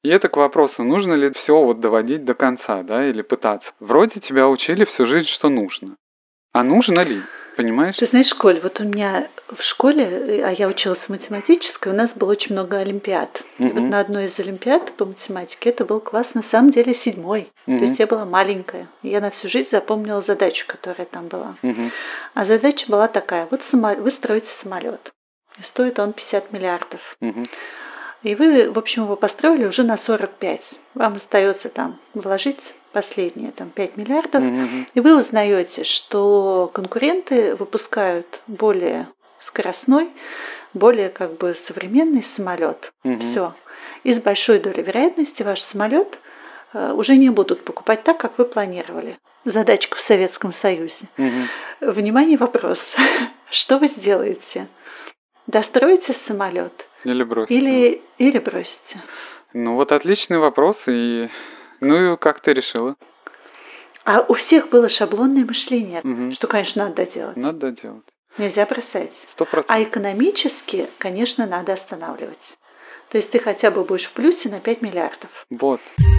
И это к вопросу, нужно ли все вот доводить до конца, да, или пытаться. Вроде тебя учили всю жизнь, что нужно. А нужно ли? Понимаешь? Ты знаешь, Коль, вот у меня в школе, а я училась в математической, у нас было очень много олимпиад. И вот на одной из олимпиад по математике это был класс, на самом деле, 7-й. То есть я была маленькая. И я на всю жизнь запомнила задачу, которая там была. А задача была такая: вот вы строите самолет. И стоит он 50 миллиардов. И вы, в общем, его построили уже на 45. Вам остается там вложить последние там 5 миллиардов, и вы узнаете, что конкуренты выпускают более скоростной, более как бы современный самолет. Все. И с большой долей вероятности ваш самолет уже не будут покупать так, как вы планировали. Задачка в Советском Союзе. Внимание, вопрос. Что вы сделаете? Достроите самолет? Или бросите? Или бросите? Ну вот отличный вопрос. Ну и как ты решила? А у всех было шаблонное мышление, что, конечно, надо доделать. Надо доделать. Нельзя бросать. 100%. А экономически, конечно, надо останавливать. То есть ты хотя бы будешь в плюсе на 5 миллиардов. Вот.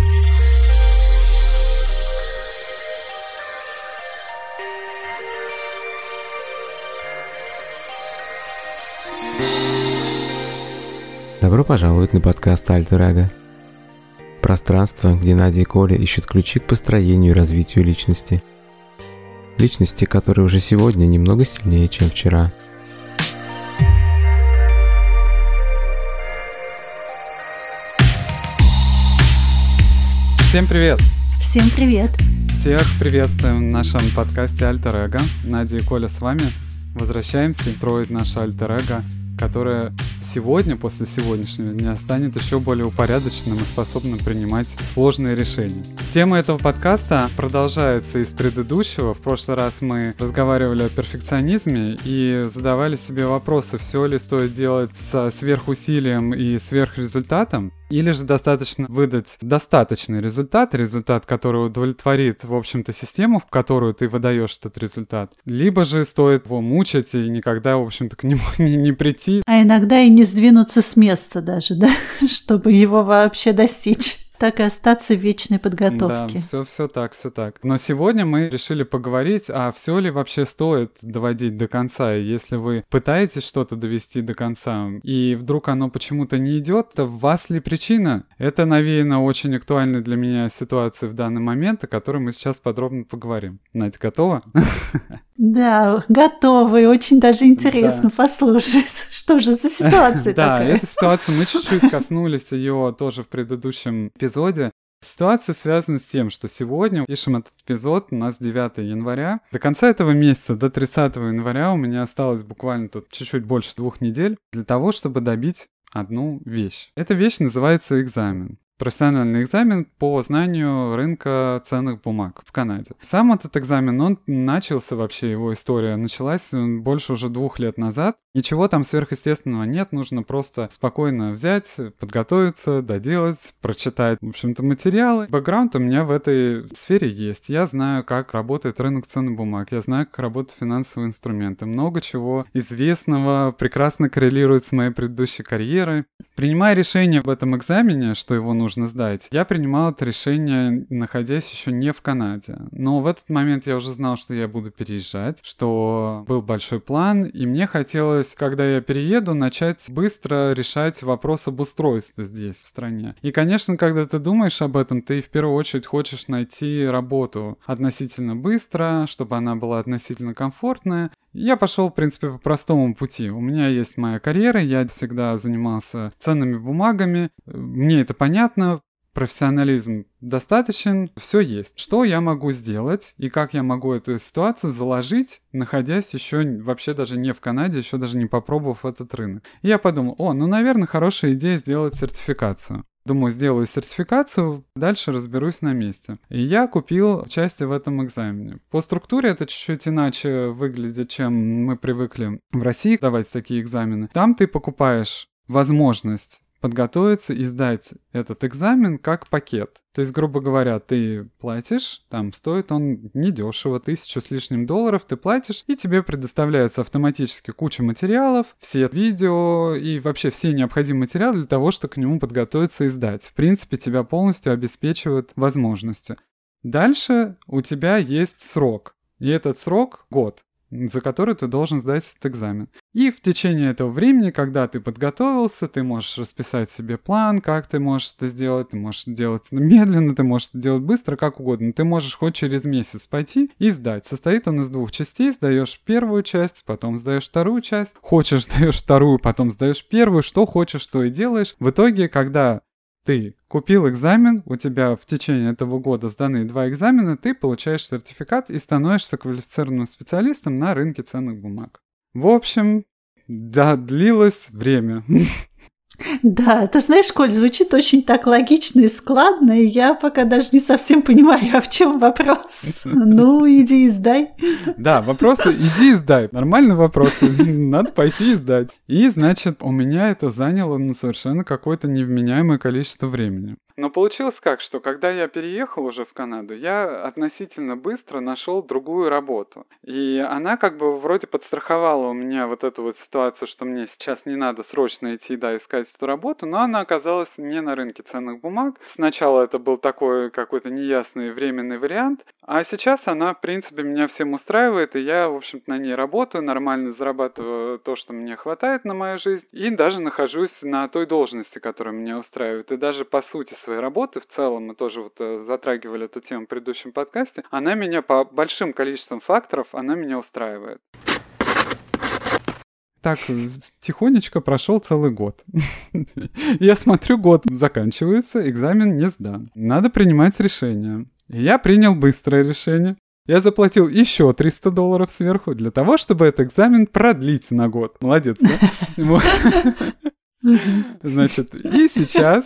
Добро пожаловать на подкаст Альтер Эго. Пространство, где Надя и Коля ищут ключи к построению и развитию личности. Личности, которая уже сегодня немного сильнее, чем вчера. Всем привет! Всем привет! Всех приветствуем в нашем подкасте Альтер Эго. Надя и Коля с вами. Возвращаемся строить наше Альтер Эго, которое сегодня, после сегодняшнего дня, станет еще более упорядоченным и способным принимать сложные решения. Тема этого подкаста продолжается из предыдущего. В прошлый раз мы разговаривали о перфекционизме и задавали себе вопросы, все ли стоит делать со сверхусилием и сверхрезультатом, или же достаточно выдать достаточный результат, который удовлетворит, в общем-то, систему, в которую ты выдаешь этот результат. Либо же стоит его мучить и никогда, в общем-то, к нему не прийти. А иногда и не сдвинуться с места даже, да, чтобы его вообще достичь. Так и остаться в вечной подготовке. Да, все так. Но сегодня мы решили поговорить, а все ли вообще стоит доводить до конца. И если вы пытаетесь что-то довести до конца, и вдруг оно почему-то не идет, то в вас ли причина? Это навеяно очень актуальной для меня ситуации в данный момент, о которой мы сейчас подробно поговорим. Надя, готова? Да, готова, и очень даже интересно послушать, что же за ситуация такая. Да, эта ситуация, мы чуть-чуть коснулись ее тоже в предыдущем эпизоде. Ситуация связана с тем, что сегодня пишем этот эпизод, у нас 9 января. До конца этого месяца, до 30 января у меня осталось буквально тут чуть-чуть больше 2 недель для того, чтобы добить одну вещь. Эта вещь называется экзамен. Профессиональный экзамен по знанию рынка ценных бумаг в Канаде. Сам этот экзамен, он начался вообще, его история началась больше уже 2 лет назад. Ничего там сверхъестественного нет, нужно просто спокойно взять, подготовиться, доделать, прочитать, в общем-то, материалы. Бэкграунд у меня в этой сфере есть. Я знаю, как работает рынок ценных бумаг, я знаю, как работают финансовые инструменты. Много чего известного прекрасно коррелирует с моей предыдущей карьерой. Принимая решение в этом экзамене, что его нужно сдать, я принимал это решение, находясь еще не в Канаде. Но в этот момент я уже знал, что я буду переезжать, что был большой план, и мне хотелось, когда я перееду, начать быстро решать вопрос об устройстве здесь, в стране. И, конечно, когда ты думаешь об этом, ты в первую очередь хочешь найти работу относительно быстро, чтобы она была относительно комфортная. Я пошел, в принципе, по простому пути. У меня есть моя карьера, я всегда занимался ценными бумагами, мне это понятно, профессионализм достаточен, все есть. Что я могу сделать и как я могу эту ситуацию заложить, находясь еще вообще даже не в Канаде, еще даже не попробовав этот рынок. И я подумал, наверное, хорошая идея сделать сертификацию. Думаю, сделаю сертификацию, дальше разберусь на месте. И я купил участие в этом экзамене. По структуре это чуть-чуть иначе выглядит, чем мы привыкли в России давать такие экзамены. Там ты покупаешь возможность подготовиться и сдать этот экзамен как пакет. То есть, грубо говоря, ты платишь, там стоит он недешево, 1000 с лишним долларов ты платишь, и тебе предоставляется автоматически куча материалов, все видео и вообще все необходимые материалы для того, чтобы к нему подготовиться и сдать. В принципе, тебя полностью обеспечивают возможностью. Дальше у тебя есть срок, и этот срок — год, за который ты должен сдать этот экзамен. И в течение этого времени, когда ты подготовился, ты можешь расписать себе план, как ты можешь это сделать. Ты можешь делать медленно, ты можешь это делать быстро, как угодно. Ты можешь хоть через месяц пойти и сдать. Состоит он из 2 частей. Сдаешь первую часть, потом сдаешь вторую часть. Хочешь, сдаешь вторую, потом сдаешь первую. Что хочешь, то и делаешь. В итоге, когда ты купил экзамен, у тебя в течение этого года сданы 2 экзамена, ты получаешь сертификат и становишься квалифицированным специалистом на рынке ценных бумаг. В общем, да, длилось время. Да, ты знаешь, Коль, звучит очень так логично и складно, и я пока даже не совсем понимаю, а в чем вопрос. Ну, иди и сдай. Да, вопросы иди и сдай. Нормальные вопросы. Надо пойти и сдать. И, значит, у меня это заняло совершенно какое-то невменяемое количество времени. Но получилось как, что когда я переехал уже в Канаду, я относительно быстро нашел другую работу. И она как бы вроде подстраховала у меня вот эту вот ситуацию, что мне сейчас не надо срочно идти, да, искать эту работу, но она оказалась не на рынке ценных бумаг. Сначала это был такой какой-то неясный временный вариант, а сейчас она, в принципе, меня всем устраивает, и я, в общем-то, на ней работаю, нормально зарабатываю то, что мне хватает на мою жизнь, и даже нахожусь на той должности, которая меня устраивает. И даже по сути своей работы, в целом, мы тоже вот затрагивали эту тему в предыдущем подкасте, она меня по большим количествам факторов, она меня устраивает. Так, тихонечко прошел целый год. Я смотрю, год заканчивается, экзамен не сдан. Надо принимать решение. И я принял быстрое решение. Я заплатил еще $300 сверху для того, чтобы этот экзамен продлить на год. Молодец, да? Значит, и сейчас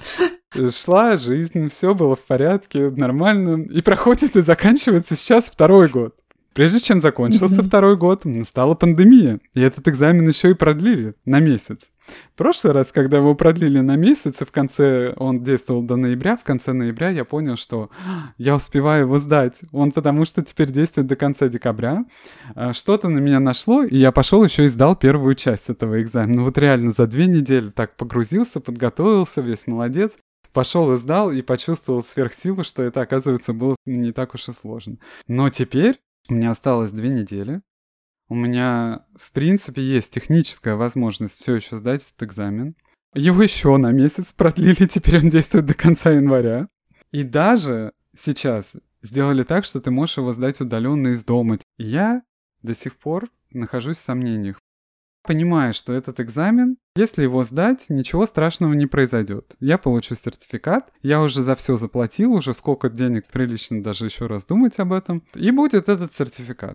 шла жизнь, все было в порядке, нормально. И проходит и заканчивается сейчас 2-й год. Прежде чем закончился 2-й год, настала пандемия, и этот экзамен еще и продлили на месяц. В прошлый раз, когда его продлили на месяц, и в конце он действовал до ноября, в конце ноября я понял, что я успеваю его сдать. Он потому что теперь действует до конца декабря. Что-то на меня нашло, и я пошел еще и сдал первую часть этого экзамена. Ну вот реально за 2 недели так погрузился, подготовился, весь молодец. Пошел и сдал, и почувствовал сверхсилу, что это, оказывается, было не так уж и сложно. Но теперь у меня осталось 2 недели. У меня, в принципе, есть техническая возможность все еще сдать этот экзамен. Его еще на месяц продлили, теперь он действует до конца января. И даже сейчас сделали так, что ты можешь его сдать удаленно из дома. И я до сих пор нахожусь в сомнениях. Понимаю, что этот экзамен, если его сдать, ничего страшного не произойдет. Я получу сертификат, я уже за все заплатил, уже сколько денег прилично даже еще раз думать об этом. И будет этот сертификат.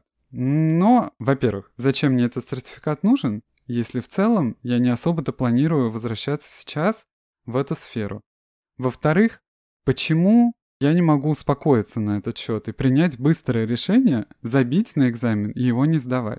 Но, во-первых, зачем мне этот сертификат нужен, если в целом я не особо-то планирую возвращаться сейчас в эту сферу? Во-вторых, почему я не могу успокоиться на этот счет и принять быстрое решение, забить на экзамен и его не сдавать?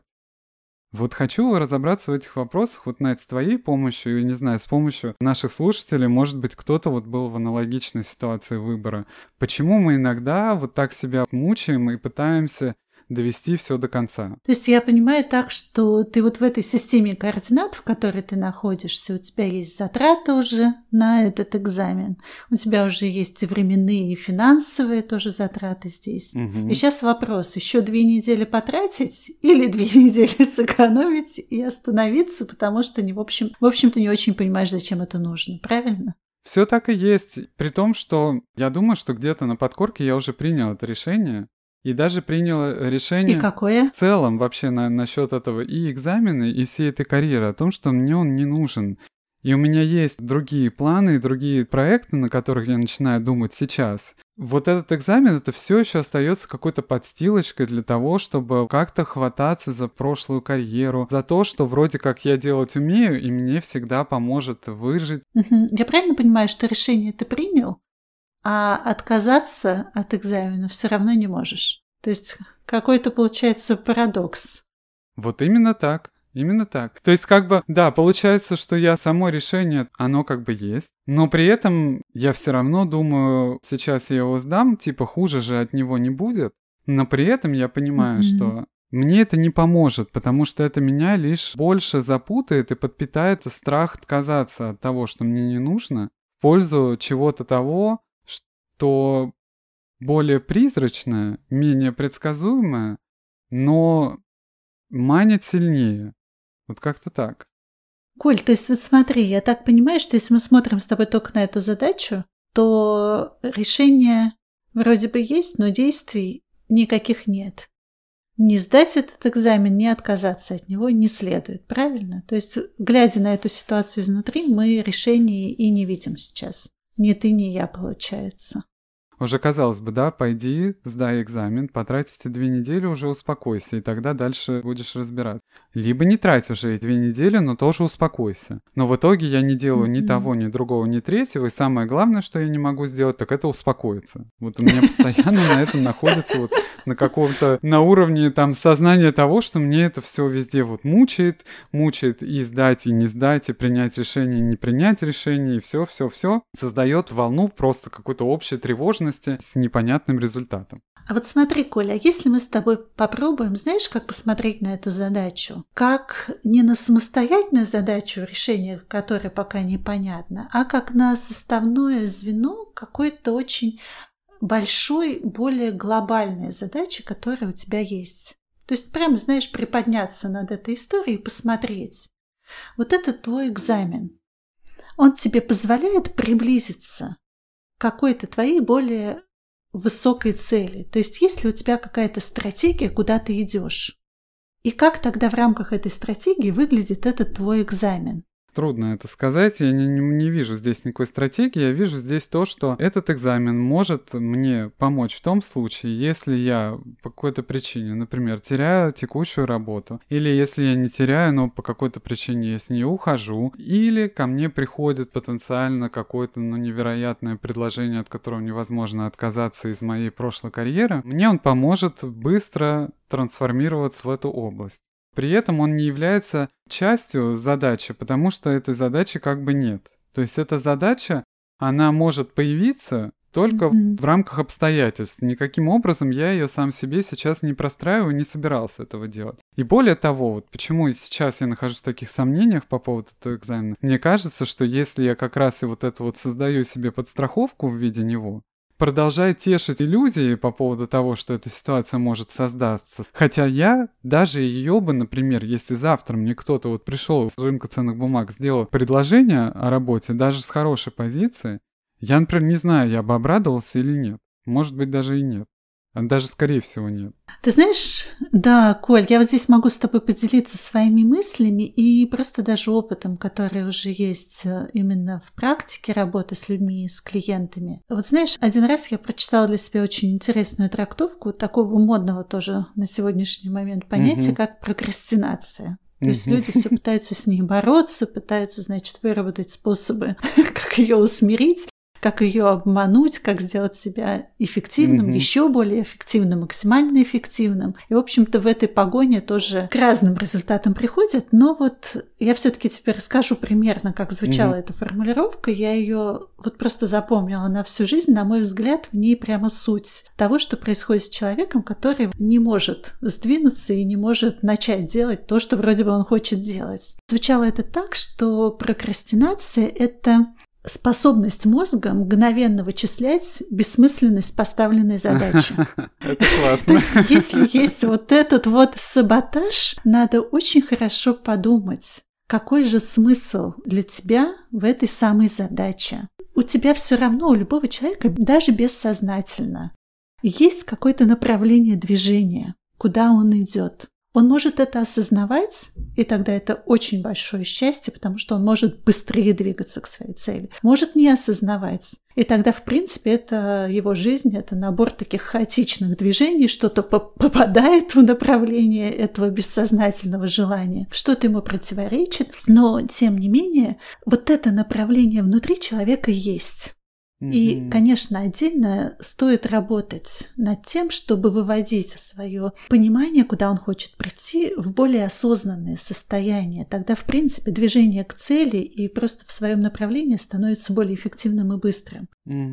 Вот хочу разобраться в этих вопросах, вот, Надь, с твоей помощью, и, не знаю, с помощью наших слушателей, может быть, кто-то вот был в аналогичной ситуации выбора. Почему мы иногда вот так себя мучаем и пытаемся довести все до конца? То есть я понимаю так, что ты вот в этой системе координат, в которой ты находишься, у тебя есть затраты уже на этот экзамен, у тебя уже есть и временные, и финансовые тоже затраты здесь. Угу. И сейчас вопрос, еще 2 недели потратить или 2 недели сэкономить и остановиться, потому что, в общем-то, не очень понимаешь, зачем это нужно, правильно? Все так и есть, при том, что я думаю, что где-то на подкорке я уже принял это решение. И даже принял решение и какое? В целом вообще насчет этого и экзамена, и всей этой карьеры, о том, что мне он не нужен. И у меня есть другие планы и другие проекты, на которых я начинаю думать сейчас. Вот этот экзамен, это все еще остается какой-то подстилочкой для того, чтобы как-то хвататься за прошлую карьеру, за то, что вроде как я делать умею, и мне всегда поможет выжить. Я правильно понимаю, что решение ты принял? А отказаться от экзамена все равно не можешь. То есть какой-то получается парадокс. Вот именно так. Именно так. То есть как бы, да, получается, что само решение, оно как бы есть, но при этом я все равно думаю, сейчас я его сдам, типа хуже же от него не будет, но при этом я понимаю, что мне это не поможет, потому что это меня лишь больше запутает и подпитает страх отказаться от того, что мне не нужно, в пользу чего-то того, что более призрачное, менее предсказуемое, но манит сильнее. Вот как-то так. Коль, то есть вот смотри, я так понимаю, что если мы смотрим с тобой только на эту задачу, то решение вроде бы есть, но действий никаких нет. Не сдать этот экзамен, не отказаться от него не следует, правильно? То есть, глядя на эту ситуацию изнутри, мы решения и не видим сейчас. Ни ты, ни я, получается. Уже казалось бы, да, пойди, сдай экзамен, потратить эти 2 недели, уже успокойся, и тогда дальше будешь разбирать. Либо не трать уже эти 2 недели, но тоже успокойся. Но в итоге я не делаю ни того, ни другого, ни третьего, и самое главное, что я не могу сделать, так это успокоиться. Вот у меня постоянно на этом находится вот на каком-то, на уровне там сознания того, что мне это все везде вот мучает и сдать, и не сдать, и принять решение, и не принять решение, и все создает волну просто какой-то общей тревожности с непонятным результатом. А вот смотри, Коля, а если мы с тобой попробуем, знаешь, как посмотреть на эту задачу? Как не на самостоятельную задачу, решение которой пока непонятно, а как на составное звено какой-то очень большой, более глобальной задачи, которая у тебя есть. То есть прямо, знаешь, приподняться над этой историей и посмотреть. Вот это твой экзамен. Он тебе позволяет приблизиться к какой-то твоей более высокой цели. То есть есть ли у тебя какая-то стратегия, куда ты идешь? И как тогда в рамках этой стратегии выглядит этот твой экзамен? Трудно это сказать, я не вижу здесь никакой стратегии, я вижу здесь то, что этот экзамен может мне помочь в том случае, если я по какой-то причине, например, теряю текущую работу, или если я не теряю, но по какой-то причине я с нее ухожу, или ко мне приходит потенциально какое-то невероятное предложение, от которого невозможно отказаться из моей прошлой карьеры, мне он поможет быстро трансформироваться в эту область. При этом он не является частью задачи, потому что этой задачи как бы нет. То есть эта задача, она может появиться только в рамках обстоятельств. Никаким образом я ее сам себе сейчас не простраиваю, не собирался этого делать. И более того, вот почему сейчас я нахожусь в таких сомнениях по поводу этого экзамена, мне кажется, что если я как раз и вот это вот создаю себе подстраховку в виде него, продолжая тешить иллюзии по поводу того, что эта ситуация может создаться. Хотя я даже ее бы, например, если завтра мне кто-то вот пришел с рынка ценных бумаг, сделал предложение о работе, даже с хорошей позиции, я, например, не знаю, я бы обрадовался или нет. Может быть, даже и нет. Даже, скорее всего, нет. Ты знаешь, да, Коль, я вот здесь могу с тобой поделиться своими мыслями и просто даже опытом, который уже есть именно в практике работы с людьми, с клиентами. Вот знаешь, один раз я прочитала для себя очень интересную трактовку такого модного тоже на сегодняшний момент понятия, как прокрастинация. То есть люди все пытаются с ней бороться, пытаются, значит, выработать способы, как ее усмирить, как ее обмануть, как сделать себя эффективным, еще более эффективным, максимально эффективным. И, в общем-то, в этой погоне тоже к разным результатам приходят. Но вот я все-таки тебе расскажу примерно, как звучала эта формулировка. Я ее вот просто запомнила на всю жизнь. На мой взгляд, в ней прямо суть того, что происходит с человеком, который не может сдвинуться и не может начать делать то, что вроде бы он хочет делать. Звучало это так, что прокрастинация — это способность мозга мгновенно вычислять бессмысленность поставленной задачи. Это классно. То есть, если есть вот этот вот саботаж, надо очень хорошо подумать, какой же смысл для тебя в этой самой задаче. У тебя все равно, у любого человека, даже бессознательно, есть какое-то направление движения, куда он идет. Он может это осознавать, и тогда это очень большое счастье, потому что он может быстрее двигаться к своей цели. Может не осознавать. И тогда, в принципе, это его жизнь, это набор таких хаотичных движений, что-то попадает в направление этого бессознательного желания, что-то ему противоречит, но, тем не менее, вот это направление внутри человека есть. И, конечно, отдельно стоит работать над тем, чтобы выводить свое понимание, куда он хочет прийти, в более осознанное состояние. Тогда, в принципе, движение к цели и просто в своем направлении становится более эффективным и быстрым.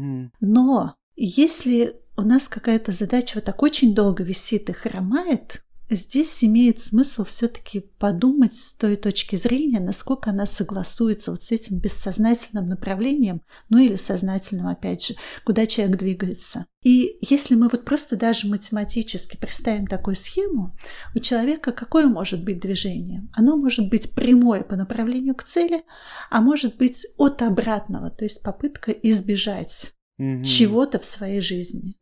Но если у нас какая-то задача вот так очень долго висит и хромает, здесь имеет смысл все-таки подумать с той точки зрения, насколько она согласуется вот с этим бессознательным направлением, ну или сознательным, опять же, куда человек двигается. И если мы вот просто даже математически представим такую схему, у человека какое может быть движение? Оно может быть прямое по направлению к цели, а может быть от обратного, то есть попытка избежать чего-то в своей жизни.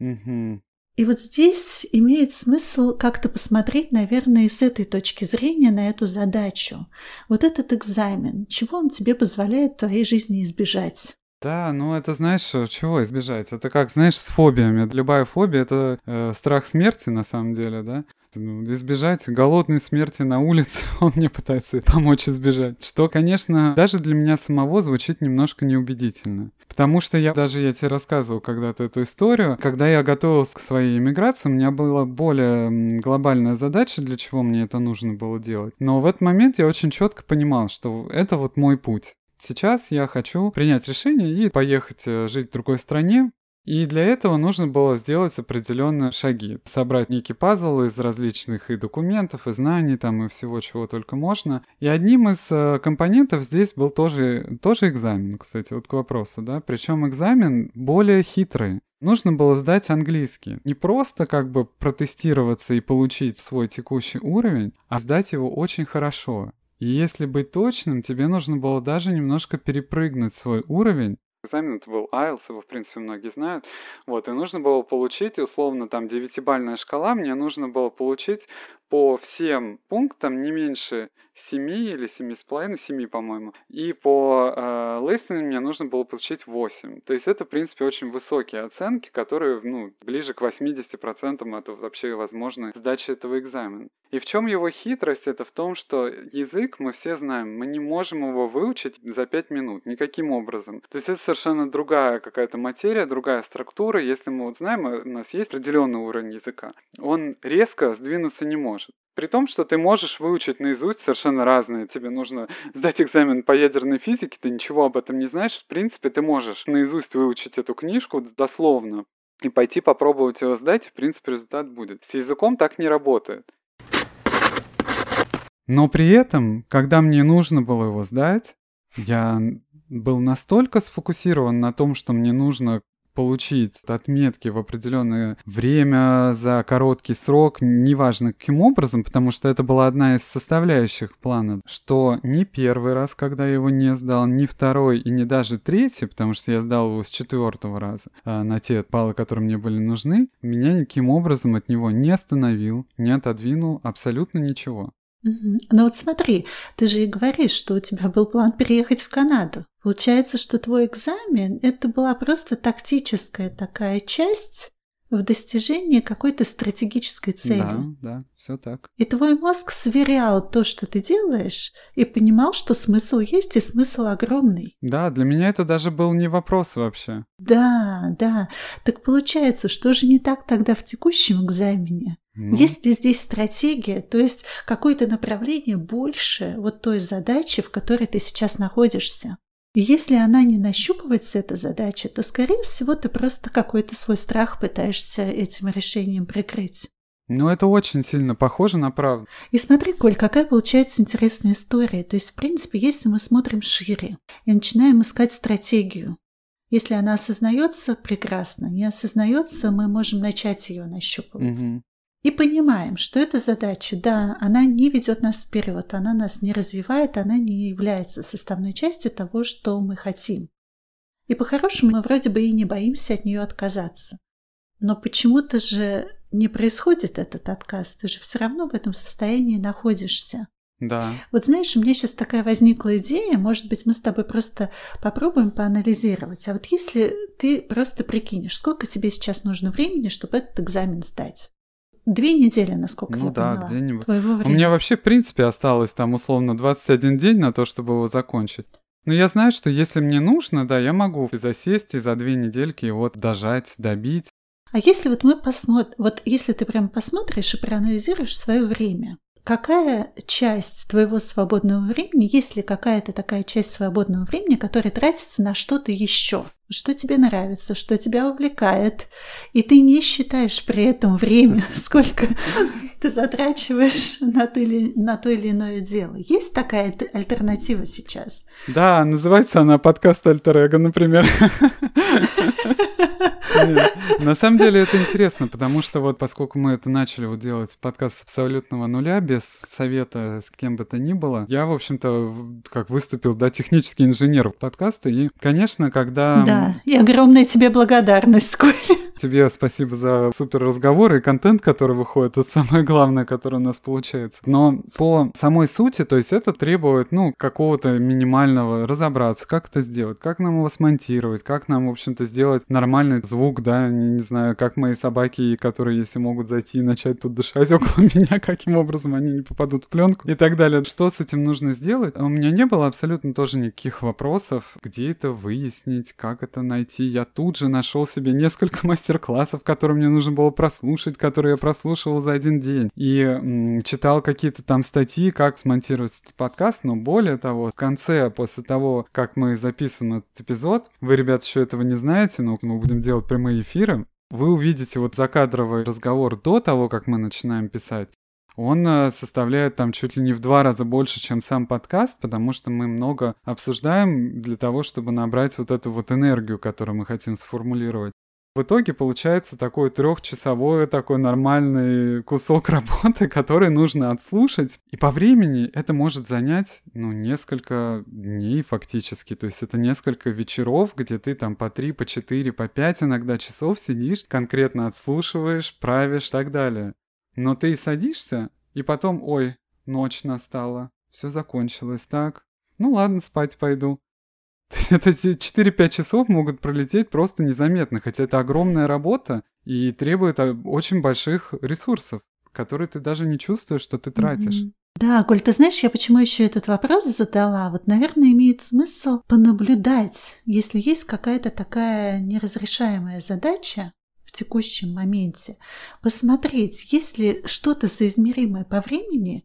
И вот здесь имеет смысл как-то посмотреть, наверное, и с этой точки зрения на эту задачу. Вот этот экзамен, чего он тебе позволяет в твоей жизни избежать? Да, ну это, знаешь, чего избежать? Это как, знаешь, с фобиями. Любая фобия — это страх смерти, на самом деле, да? Избежать голодной смерти на улице, он мне пытается помочь избежать. Что, конечно, даже для меня самого звучит немножко неубедительно. Потому что я тебе рассказывал когда-то эту историю. Когда я готовился к своей эмиграции, у меня была более глобальная задача, для чего мне это нужно было делать. Но в этот момент я очень четко понимал, что это вот мой путь. Сейчас я хочу принять решение и поехать жить в другой стране. И для этого нужно было сделать определенные шаги. Собрать некий пазл из различных и документов, и знаний, там, и всего, чего только можно. И одним из компонентов здесь был тоже экзамен, кстати, вот к вопросу, да. Причем экзамен более хитрый. Нужно было сдать английский. Не просто как бы протестироваться и получить свой текущий уровень, а сдать его очень хорошо. И если быть точным, тебе нужно было даже немножко перепрыгнуть свой уровень. Экзамен это был IELTS, его, в принципе, многие знают. Вот, и нужно было получить, условно, там, 9-бальная шкала, мне нужно было получить по всем пунктам не меньше 7 или 7,5, 7, по-моему. И по listening мне нужно было получить 8. То есть это, в принципе, очень высокие оценки, которые, ближе к 80% это вообще возможно сдача этого экзамена. И в чем его хитрость? Это в том, что язык мы все знаем, мы не можем его выучить за 5 минут, никаким образом. То есть это совершенно другая какая-то материя, другая структура. Если мы вот знаем, у нас есть определенный уровень языка, он резко сдвинуться не может. При том, что ты можешь выучить наизусть совершенно разные. Тебе нужно сдать экзамен по ядерной физике, ты ничего об этом не знаешь. В принципе, ты можешь наизусть выучить эту книжку дословно и пойти попробовать его сдать, и, в принципе, результат будет. С языком так не работает. Но при этом, когда мне нужно было его сдать, я был настолько сфокусирован на том, что мне нужно получить отметки в определенное время за короткий срок, неважно каким образом, потому что это была одна из составляющих плана, что ни первый раз, когда я его не сдал, ни второй и не даже третий, потому что я сдал его с 4-го раза на те баллы, которые мне были нужны, меня никаким образом от него не остановил, не отодвинул абсолютно ничего. Ну вот смотри, ты же и говоришь, что у тебя был план переехать в Канаду. Получается, что твой экзамен – это была просто тактическая такая часть в достижении какой-то стратегической цели. Да, все так. И твой мозг сверял то, что ты делаешь, и понимал, что смысл есть, и смысл огромный. Да, для меня это даже был не вопрос вообще. Да. Так получается, что же не так тогда в текущем экзамене? Есть ли здесь стратегия, то есть какое-то направление больше вот той задачи, в которой ты сейчас находишься? И если она не нащупывается, эта задача, то, скорее всего, ты просто какой-то свой страх пытаешься этим решением прикрыть. Это очень сильно похоже на правду. И смотри, Коль, какая получается интересная история. То есть, в принципе, если мы смотрим шире и начинаем искать стратегию, если она осознается, прекрасно. Не осознается, мы можем начать ее нащупывать. И понимаем, что эта задача, да, она не ведет нас вперед, она нас не развивает, она не является составной частью того, что мы хотим. И по-хорошему мы вроде бы и не боимся от нее отказаться. Но почему-то же не происходит этот отказ, ты же все равно в этом состоянии находишься. Да. Вот знаешь, у меня сейчас такая возникла идея, может быть, мы с тобой просто попробуем поанализировать. А вот если ты просто прикинешь, сколько тебе сейчас нужно времени, чтобы этот экзамен сдать? 2 недели, насколько я поняла, где-нибудь. твоего времени. У меня вообще, в принципе, осталось там условно 21 день на то, чтобы его закончить. Но я знаю, что если мне нужно, да, я могу засесть и за 2 недельки его дожать, добить. А если вот мы посмотрим, вот если ты прям посмотришь и проанализируешь свое время, какая часть твоего свободного времени, есть ли какая-то такая часть свободного времени, которая тратится на что-то еще? Что тебе нравится, что тебя увлекает, и ты не считаешь при этом время, сколько ты затрачиваешь на то или иное дело. Есть такая альтернатива сейчас? Да, называется она подкаст «Альтер-эго», например. На самом деле это интересно, потому что вот поскольку мы это начали вот делать подкаст с абсолютного нуля, без совета с кем бы то ни было, я, в общем-то, как выступил, да, технический инженер подкаста, и, конечно, когда... Да, и огромная тебе благодарность, Коля. Тебе спасибо за супер разговоры и контент, который выходит. Это самое главное, которое у нас получается. Но по самой сути, то есть это требует, какого-то минимального разобраться, как это сделать, как нам его смонтировать, как нам, в общем-то, сделать нормальный звук, да, не знаю, как мои собаки, которые, если могут зайти и начать тут дышать около меня, каким образом они не попадут в пленку и так далее. Что с этим нужно сделать? У меня не было абсолютно тоже никаких вопросов, где это выяснить, как это найти. Я тут же нашел себе несколько мастер-классов, которые мне нужно было прослушать, которые я прослушивал за один день. И читал какие-то там статьи, как смонтировать этот подкаст. Но более того, в конце, после того, как мы записываем этот эпизод, вы, ребят, еще этого не знаете, но мы будем делать прямые эфиры, вы увидите вот закадровый разговор до того, как мы начинаем писать. Он составляет там чуть ли не в 2 раза больше, чем сам подкаст, потому что мы много обсуждаем для того, чтобы набрать вот эту вот энергию, которую мы хотим сформулировать. В итоге получается такой 3-часовой, такой нормальный кусок работы, который нужно отслушать. И по времени это может занять, несколько дней фактически. То есть это несколько вечеров, где ты там по 3, по 4, по 5 иногда часов сидишь, конкретно отслушиваешь, правишь и так далее. Но ты садишься, и потом, ой, ночь настала, все закончилось так. Ну ладно, спать пойду. Это 4-5 часов могут пролететь просто незаметно, хотя это огромная работа и требует очень больших ресурсов, которые ты даже не чувствуешь, что ты тратишь. Да, Коль, ты знаешь, я почему еще этот вопрос задала? Вот, наверное, имеет смысл понаблюдать, если есть какая-то такая неразрешаемая задача в текущем моменте, посмотреть, есть ли что-то соизмеримое по времени,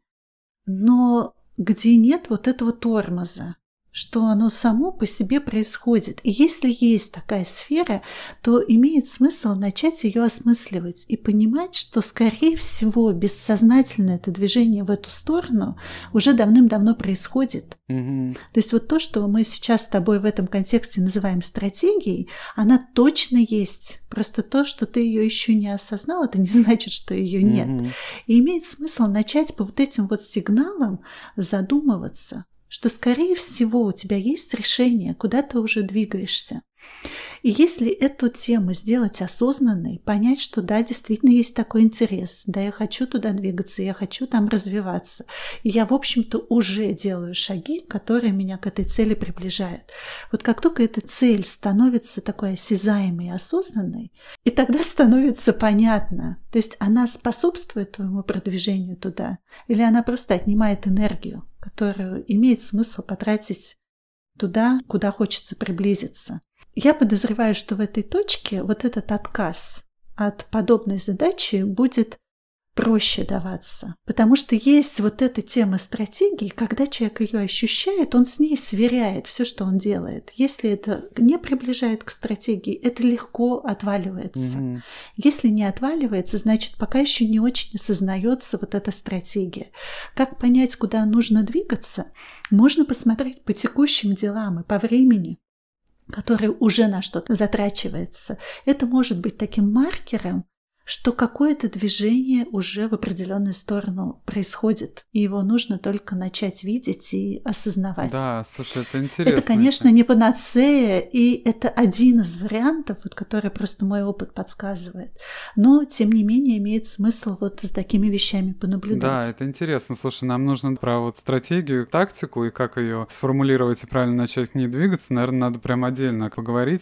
но где нет вот этого тормоза, что оно само по себе происходит. И если есть такая сфера, то имеет смысл начать ее осмысливать и понимать, что, скорее всего, бессознательно это движение в эту сторону уже давным-давно происходит. То есть вот то, что мы сейчас с тобой в этом контексте называем стратегией, она точно есть. Просто то, что ты ее еще не осознал, это не значит, что ее нет. И имеет смысл начать по вот этим вот сигналам задумываться, что, скорее всего, у тебя есть решение, куда ты уже двигаешься. И если эту тему сделать осознанной, понять, что да, действительно есть такой интерес, да, я хочу туда двигаться, я хочу там развиваться, и я, в общем-то, уже делаю шаги, которые меня к этой цели приближают. Вот как только эта цель становится такой осязаемой и осознанной, и тогда становится понятно, то есть она способствует твоему продвижению туда, или она просто отнимает энергию, которую имеет смысл потратить туда, куда хочется приблизиться. Я подозреваю, что в этой точке вот этот отказ от подобной задачи будет проще даваться, потому что есть вот эта тема стратегии, когда человек ее ощущает, он с ней сверяет все, что он делает. Если это не приближает к стратегии, это легко отваливается. Если не отваливается, значит, пока еще не очень осознается вот эта стратегия. Как понять, куда нужно двигаться? Можно посмотреть по текущим делам и по времени, который уже на что-то затрачивается. Это может быть таким маркером, что какое-то движение уже в определенную сторону происходит, и его нужно только начать видеть и осознавать. Да, слушай, это интересно. Это, конечно, не панацея, и это один из вариантов, вот, который просто мой опыт подсказывает. Но, тем не менее, имеет смысл вот с такими вещами понаблюдать. Да, это интересно. Слушай, нам нужно про вот стратегию, тактику и как ее сформулировать и правильно начать к ней двигаться. Наверное, надо прям отдельно поговорить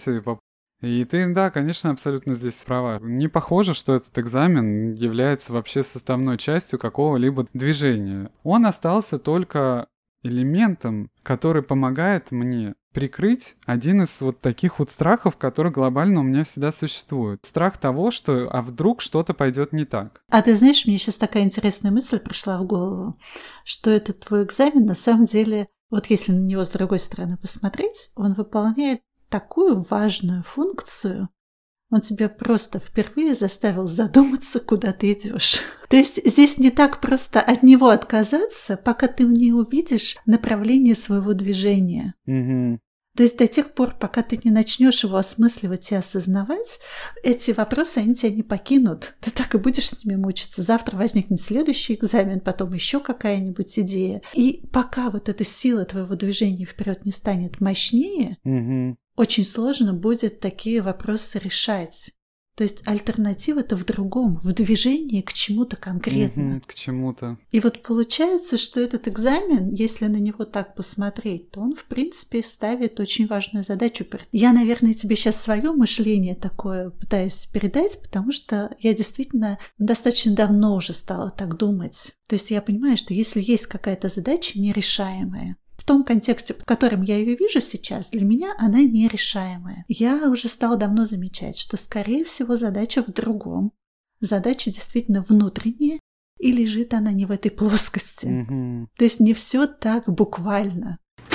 и ты, да, конечно, абсолютно здесь права. Не похоже, что этот экзамен является вообще составной частью какого-либо движения. Он остался только элементом, который помогает мне прикрыть один из вот таких вот страхов, который глобально у меня всегда существует. Страх того, что а вдруг что-то пойдет не так. А ты знаешь, мне сейчас такая интересная мысль пришла в голову, что этот твой экзамен на самом деле, вот если на него с другой стороны посмотреть, он выполняет такую важную функцию. Он тебя просто впервые заставил задуматься, куда ты идешь. То есть здесь не так просто от него отказаться, пока ты не увидишь направление своего движения. Угу. То есть до тех пор, пока ты не начнешь его осмысливать и осознавать, эти вопросы, они тебя не покинут. Ты так и будешь с ними мучиться. Завтра возникнет следующий экзамен, потом еще какая-нибудь идея. И пока вот эта сила твоего движения вперед не станет мощнее, очень сложно будет такие вопросы решать. То есть альтернатива-то в другом, в движении к чему-то конкретно. К чему-то. И вот получается, что этот экзамен, если на него так посмотреть, то он, в принципе, ставит очень важную задачу. Я, наверное, тебе сейчас свое мышление такое пытаюсь передать, потому что я действительно достаточно давно уже стала так думать. То есть я понимаю, что если есть какая-то задача нерешаемая, в том контексте, в котором я ее вижу сейчас, для меня она нерешаемая. Я уже стала давно замечать, что, скорее всего, задача в другом. Задача действительно внутренняя, и лежит она не в этой плоскости. То есть не все так буквально.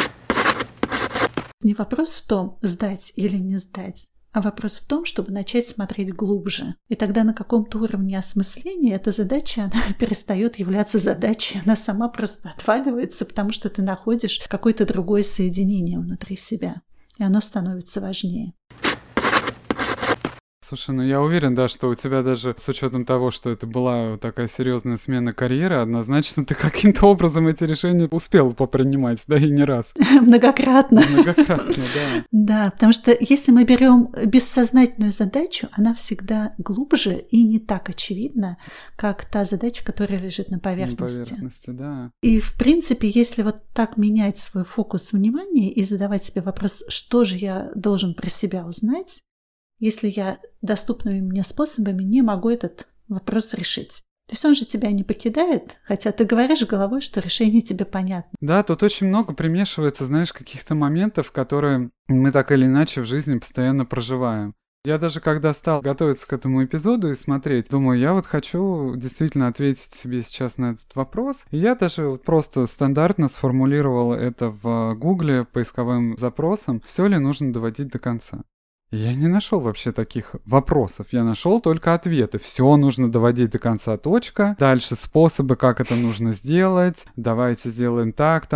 Не вопрос в том, сдать или не сдать, а вопрос в том, чтобы начать смотреть глубже. И тогда на каком-то уровне осмысления эта задача, она перестает являться задачей, она сама просто отваливается, потому что ты находишь какое-то другое соединение внутри себя, и оно становится важнее. Слушай, ну я уверен, да, что у тебя даже с учетом того, что это была такая серьезная смена карьеры, однозначно ты каким-то образом эти решения успел попринимать, да, и не раз. Многократно. Многократно, да. Да, потому что если мы берем бессознательную задачу, она всегда глубже и не так очевидна, как та задача, которая лежит на поверхности. На поверхности, да. И, в принципе, если вот так менять свой фокус внимания и задавать себе вопрос, что же я должен про себя узнать, если я доступными мне способами не могу этот вопрос решить. То есть он же тебя не покидает, хотя ты говоришь головой, что решение тебе понятно. Да, тут очень много примешивается, знаешь, каких-то моментов, которые мы так или иначе в жизни постоянно проживаем. Я даже когда стал готовиться к этому эпизоду и смотреть, думаю, я вот хочу действительно ответить себе сейчас на этот вопрос. И я даже просто стандартно сформулировал это в Гугле поисковым запросом, все ли нужно доводить до конца. Я не нашел вообще таких вопросов, я нашел только ответы. Все нужно доводить до конца, точка. Дальше способы, как это нужно сделать. Давайте сделаем так.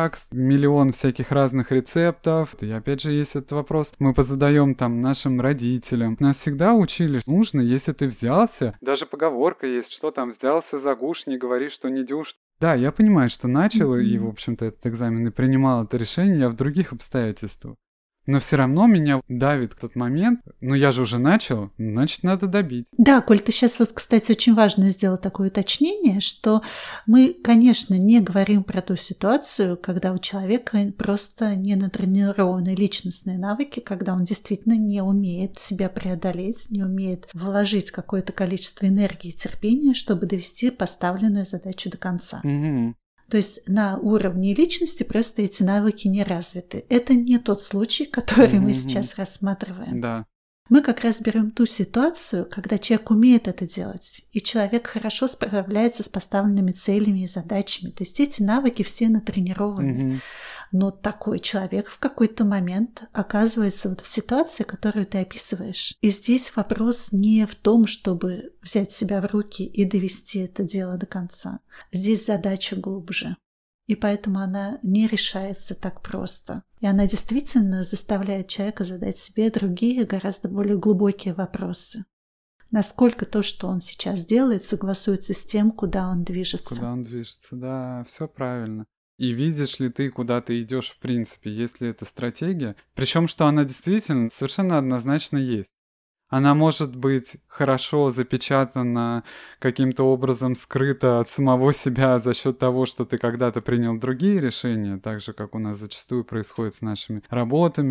Миллион всяких разных рецептов. И опять же есть этот вопрос. Мы позадаем там нашим родителям. Нас всегда учили, нужно, если ты взялся. Даже поговорка есть, что там взялся за гуш, не говори, что не дюшь. Да, я понимаю, что начал и, в общем-то, этот экзамен и принимал это решение я в других обстоятельствах. Но все равно меня давит тот момент, ну я же уже начал, значит, надо добить. Да, Коль, ты сейчас вот, кстати, очень важно сделал такое уточнение, что мы, конечно, не говорим про ту ситуацию, когда у человека просто не натренированы личностные навыки, когда он действительно не умеет себя преодолеть, не умеет вложить какое-то количество энергии и терпения, чтобы довести поставленную задачу до конца. То есть на уровне личности просто эти навыки не развиты. Это не тот случай, который мы сейчас рассматриваем. Да. Мы как раз берем ту ситуацию, когда человек умеет это делать, и человек хорошо справляется с поставленными целями и задачами. То есть эти навыки все натренированы. Но такой человек в какой-то момент оказывается вот в ситуации, которую ты описываешь. И здесь вопрос не в том, чтобы взять себя в руки и довести это дело до конца. Здесь задача глубже. И поэтому она не решается так просто. И она действительно заставляет человека задать себе другие, гораздо более глубокие вопросы. Насколько то, что он сейчас делает, согласуется с тем, куда он движется. Куда он движется, да, все правильно. И видишь ли ты, куда ты идешь в принципе, есть ли это стратегия? Причем, что она действительно совершенно однозначно есть. Она может быть хорошо запечатана, каким-то образом скрыта от самого себя за счет того, что ты когда-то принял другие решения, так же, как у нас зачастую происходит с нашими работами.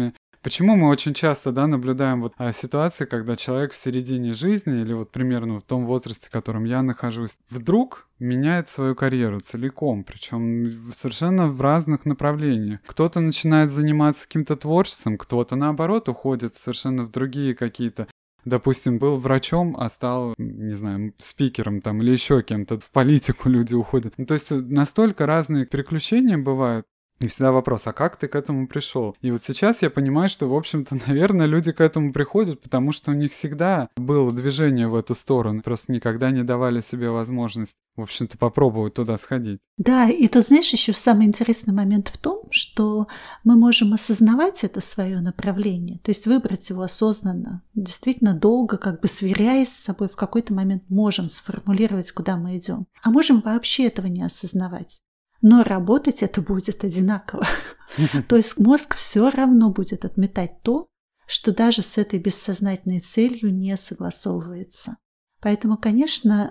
Почему мы очень часто, наблюдаем вот ситуации, когда человек в середине жизни или вот примерно в том возрасте, в котором я нахожусь, вдруг меняет свою карьеру целиком, причем совершенно в разных направлениях. Кто-то начинает заниматься каким-то творчеством, кто-то наоборот уходит совершенно в другие какие-то. Допустим, был врачом, а стал, не знаю, спикером там или еще кем-то. В политику люди уходят. То есть настолько разные приключения бывают. И всегда вопрос, а как ты к этому пришел? И вот сейчас я понимаю, что, в общем-то, наверное, люди к этому приходят, потому что у них всегда было движение в эту сторону. Просто никогда не давали себе возможность, в общем-то, попробовать туда сходить. Да, и тут, знаешь, еще самый интересный момент в том, что мы можем осознавать это свое направление, то есть выбрать его осознанно, действительно долго, сверяясь с собой, в какой-то момент можем сформулировать, куда мы идем. А можем вообще этого не осознавать. Но работать это будет одинаково. То есть мозг все равно будет отметать то, что даже с этой бессознательной целью не согласовывается. Поэтому, конечно,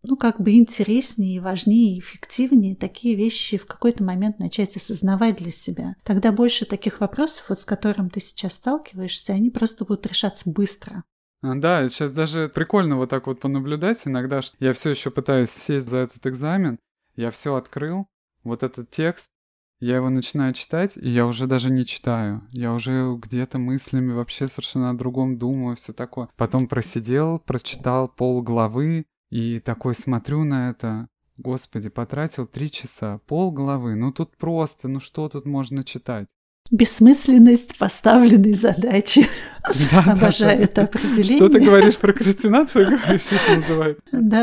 интереснее, и важнее, и эффективнее такие вещи в какой-то момент начать осознавать для себя. Тогда больше таких вопросов, с которым ты сейчас сталкиваешься, они просто будут решаться быстро. Да, сейчас даже прикольно вот так вот понаблюдать иногда, что я все еще пытаюсь сесть за этот экзамен, я все открыл, вот этот текст, я его начинаю читать, и я уже даже не читаю. Я уже где-то мыслями вообще совершенно о другом думаю, все такое. Потом просидел, прочитал полглавы, и такой смотрю на это. Господи, потратил 3 часа, полглавы. Тут просто, что тут можно читать? Бессмысленность поставленной задачи. Обожаю это определение. Что ты говоришь, прокрастинацию, говоришь, это называют?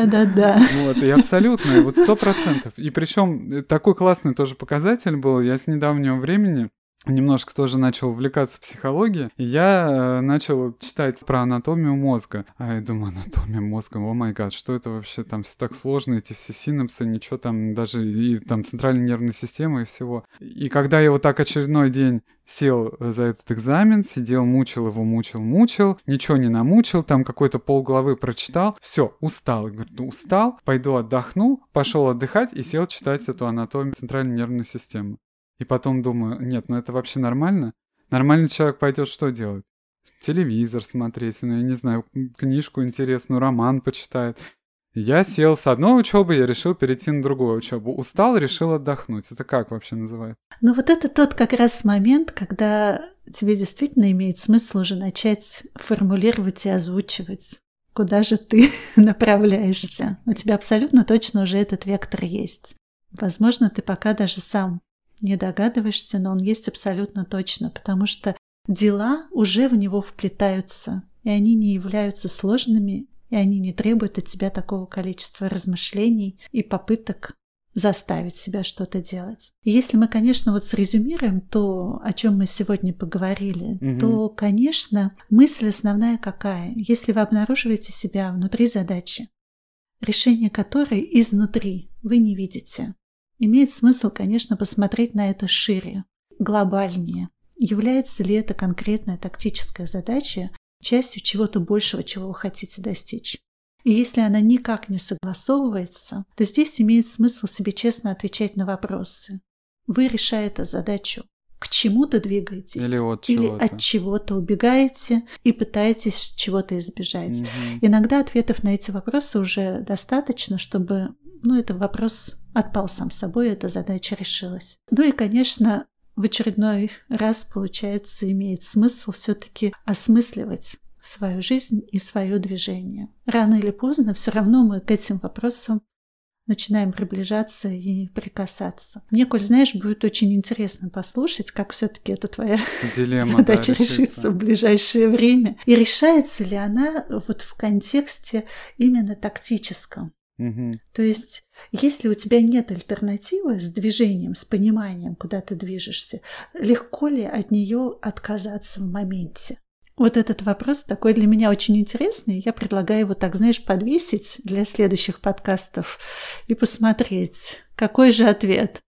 Да. Вот, и абсолютно, вот 100%. И причем такой классный тоже показатель был. Я с недавнего времени немножко тоже начал увлекаться психологией, и я начал читать про анатомию мозга. А я думаю, анатомия мозга, о май гад, что это вообще, там все так сложно, эти все синапсы, ничего там, даже и там центральная нервная система и всего. И когда я вот так очередной день сел за этот экзамен, сидел, мучил его, мучил, ничего не намучил, там какой-то полглавы прочитал, все, устал. Говорит, устал, пойду отдохну, пошел отдыхать и сел читать эту анатомию центральной нервной системы. И потом думаю, нет, это вообще нормально? Нормальный человек пойдет что делать? Телевизор смотреть, я не знаю, книжку интересную, роман почитает. Я сел с одной учебы, я решил перейти на другую учебу. Устал, решил отдохнуть. Это как вообще называется? Вот это тот как раз момент, когда тебе действительно имеет смысл уже начать формулировать и озвучивать, куда же ты направляешься. У тебя абсолютно точно уже этот вектор есть. Возможно, ты пока даже сам не догадываешься, но он есть абсолютно точно, потому что дела уже в него вплетаются, и они не являются сложными, и они не требуют от тебя такого количества размышлений и попыток заставить себя что-то делать. И если мы, конечно, срезюмируем то, о чем мы сегодня поговорили, то, конечно, мысль основная какая? Если вы обнаруживаете себя внутри задачи, решение которой изнутри вы не видите, имеет смысл, конечно, посмотреть на это шире, глобальнее. Является ли это конкретная тактическая задача частью чего-то большего, чего вы хотите достичь? И если она никак не согласовывается, то здесь имеет смысл себе честно отвечать на вопросы. Вы, решая эту задачу, к чему-то двигаетесь или от чего-то убегаете и пытаетесь чего-то избежать. Иногда ответов на эти вопросы уже достаточно, чтобы этот вопрос отпал сам собой, эта задача решилась. И, конечно, в очередной раз, получается, имеет смысл все-таки осмысливать свою жизнь и свое движение. Рано или поздно все равно мы к этим вопросам начинаем приближаться и прикасаться. Мне, Коль, знаешь, будет очень интересно послушать, как все-таки эта твоя задача решится в ближайшее время. И решается ли она в контексте именно тактическом. То есть, если у тебя нет альтернативы с движением, с пониманием, куда ты движешься, легко ли от нее отказаться в моменте? Этот вопрос такой для меня очень интересный. Я предлагаю его так, подвесить для следующих подкастов и посмотреть, какой же ответ.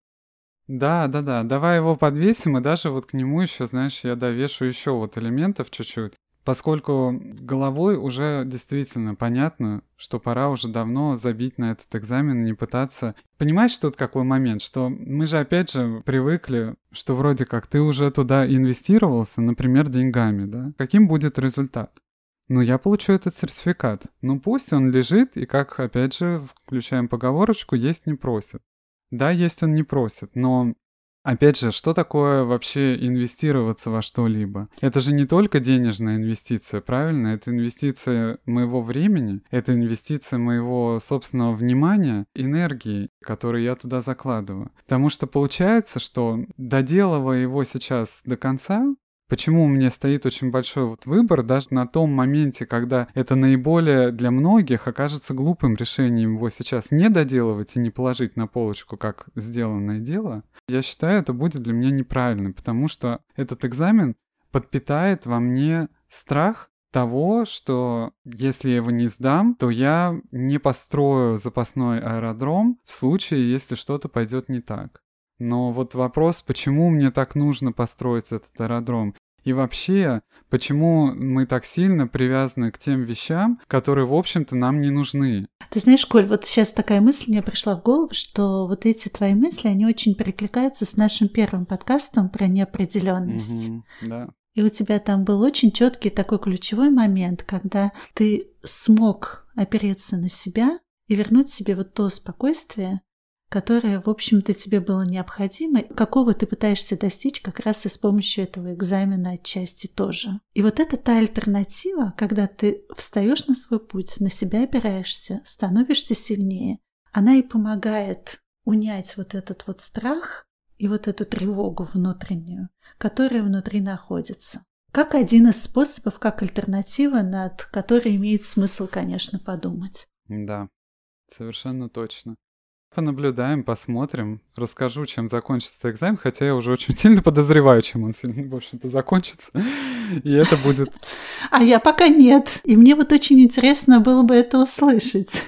Да. Давай его подвесим, и даже к нему еще, я довешу еще элементов чуть-чуть. поскольку головой уже действительно понятно, что пора уже давно забить на этот экзамен, не пытаться. Понимаешь, тут какой момент, что мы же опять же привыкли, что вроде как ты уже туда инвестировался, например, деньгами, да? Каким будет результат? Ну, я получу этот сертификат. Ну, пусть он лежит, и как, опять же, включаем поговорочку, есть не просит. Да, есть он не просит, но... Опять же, что такое вообще инвестироваться во что-либо? Это же не только денежная инвестиция, правильно? Это инвестиция моего времени, это инвестиция моего собственного внимания, энергии, которую я туда закладываю. Потому что получается, что доделывая его сейчас до конца, почему у меня стоит очень большой вот выбор, даже на том моменте, когда это наиболее для многих окажется глупым решением его сейчас не доделывать и не положить на полочку как сделанное дело, я считаю, это будет для меня неправильно, потому что этот экзамен подпитает во мне страх того, что если я его не сдам, то я не построю запасной аэродром в случае, если что-то пойдет не так. Но вот вопрос, почему мне так нужно построить этот аэродром? И вообще, почему мы так сильно привязаны к тем вещам, которые, в общем-то, нам не нужны? Ты знаешь, Коль, вот сейчас такая мысль мне пришла в голову, что вот эти твои мысли, они очень перекликаются с нашим первым подкастом про неопределенность. Да. И у тебя там был очень четкий такой ключевой момент, когда ты смог опереться на себя и вернуть себе вот то спокойствие, которое, в общем-то, тебе было необходимо, какого ты пытаешься достичь как раз и с помощью этого экзамена отчасти тоже. И вот это та альтернатива, когда ты встаешь на свой путь, на себя опираешься, становишься сильнее, она и помогает унять вот этот вот страх и вот эту тревогу внутреннюю, которая внутри находится. Как один из способов, как альтернатива, над которой имеет смысл, конечно, подумать. Да, совершенно точно. Понаблюдаем, посмотрим. Расскажу, чем закончится этот экзамен, хотя я уже очень сильно подозреваю, чем он, в общем-то, закончится. И это будет... А я пока нет. И мне вот очень интересно было бы это услышать.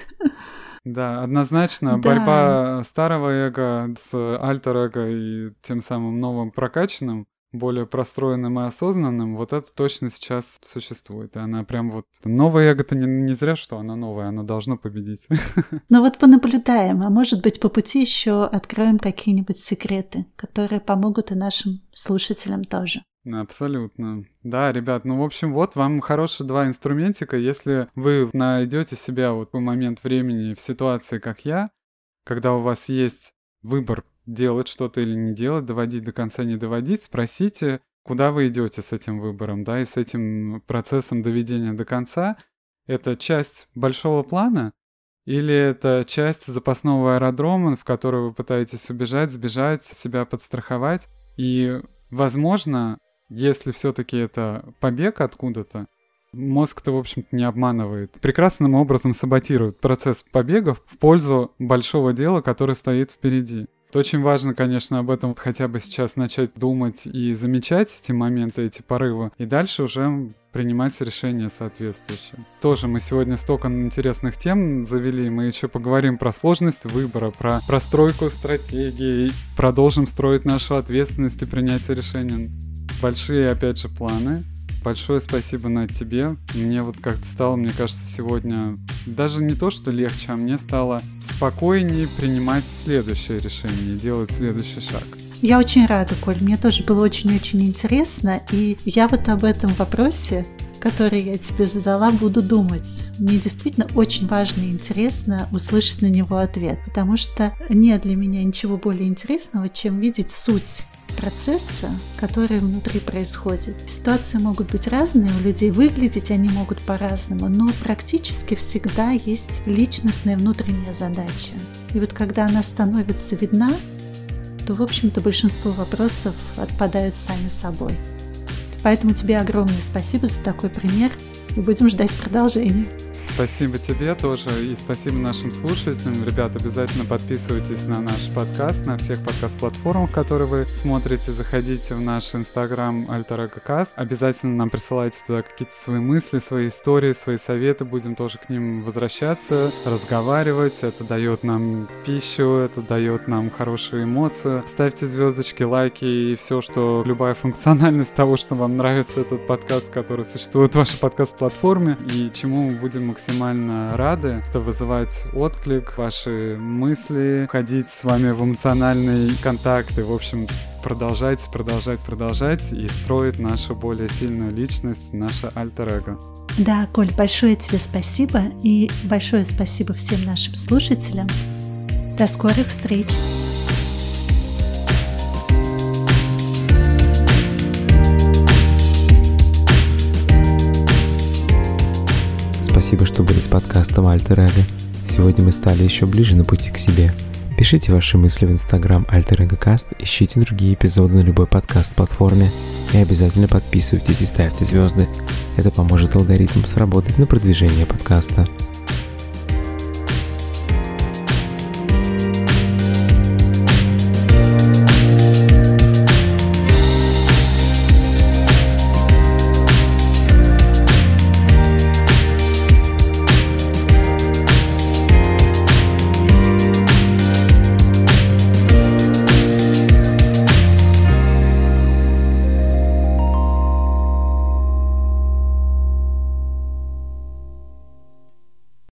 Да, однозначно, борьба старого эго с альтер-эго и тем самым новым прокачанным, более простроенным и осознанным, вот это точно сейчас существует. И она прям вот... Новое эго-то не зря, что оно новое, оно должно победить. Ну вот понаблюдаем, а может быть по пути еще откроем какие-нибудь секреты, которые помогут и нашим слушателям тоже. Абсолютно. Да, ребят, ну, в общем, вот вам хорошие два инструментика. Если вы найдете себя вот в момент времени в ситуации, как я, когда у вас есть выбор делать что-то или не делать, доводить до конца, не доводить, спросите, куда вы идете с этим выбором, да, и с этим процессом доведения до конца. Это часть большого плана или это часть запасного аэродрома, в который вы пытаетесь убежать, сбежать, себя подстраховать. И, возможно, если все-таки это побег откуда-то, мозг-то, в общем-то, не обманывает. Прекрасным образом саботирует процесс побегов в пользу большого дела, которое стоит впереди. Это очень важно, конечно, об этом вот хотя бы сейчас начать думать и замечать эти моменты, эти порывы, и дальше уже принимать решения соответствующие. Тоже мы сегодня столько интересных тем завели, мы еще поговорим про сложность выбора, про простройку стратегии, продолжим строить нашу ответственность и принятие решений. Большие, опять же, планы. Большое спасибо, Надь, тебе. Мне вот как-то стало, мне кажется, сегодня даже не то, что легче, а мне стало спокойнее принимать следующее решение, делать следующий шаг. Я очень рада, Коль. Мне тоже было очень-очень интересно. И я вот об этом вопросе, который я тебе задала, буду думать. Мне действительно очень важно и интересно услышать на него ответ, потому что нет для меня ничего более интересного, чем видеть суть процесса, который внутри происходит. Ситуации могут быть разные, у людей выглядеть они могут по-разному, но практически всегда есть личностная внутренняя задача. И вот когда она становится видна, то, в общем-то, большинство вопросов отпадают сами собой. Поэтому тебе огромное спасибо за такой пример, и будем ждать продолжения. Спасибо тебе тоже и спасибо нашим слушателям. Ребят, обязательно подписывайтесь на наш подкаст, на всех подкаст-платформах, которые вы смотрите. Заходите в наш Инстаграм Alter Ego Cast. Обязательно нам присылайте туда какие-то свои мысли, свои истории, свои советы. Будем тоже к ним возвращаться, разговаривать. Это дает нам пищу, это дает нам хорошие эмоции. Ставьте звездочки, лайки и все, что любая функциональность того, что вам нравится этот подкаст, который существует в вашей подкаст-платформе, и чему мы будем максимально рады. Это вызывать отклик, ваши мысли, входить с вами в эмоциональный контакт и, в общем, продолжать и строить нашу более сильную личность, наше альтер-эго. Да, Коль, большое тебе спасибо и большое спасибо всем нашим слушателям. До скорых встреч! Спасибо, что были с подкастом Alter Ego. Сегодня мы стали еще ближе на пути к себе. Пишите ваши мысли в Instagram Alter Ego Cast, ищите другие эпизоды на любой подкаст-платформе и обязательно подписывайтесь и ставьте звезды. Это поможет алгоритмам сработать на продвижение подкаста.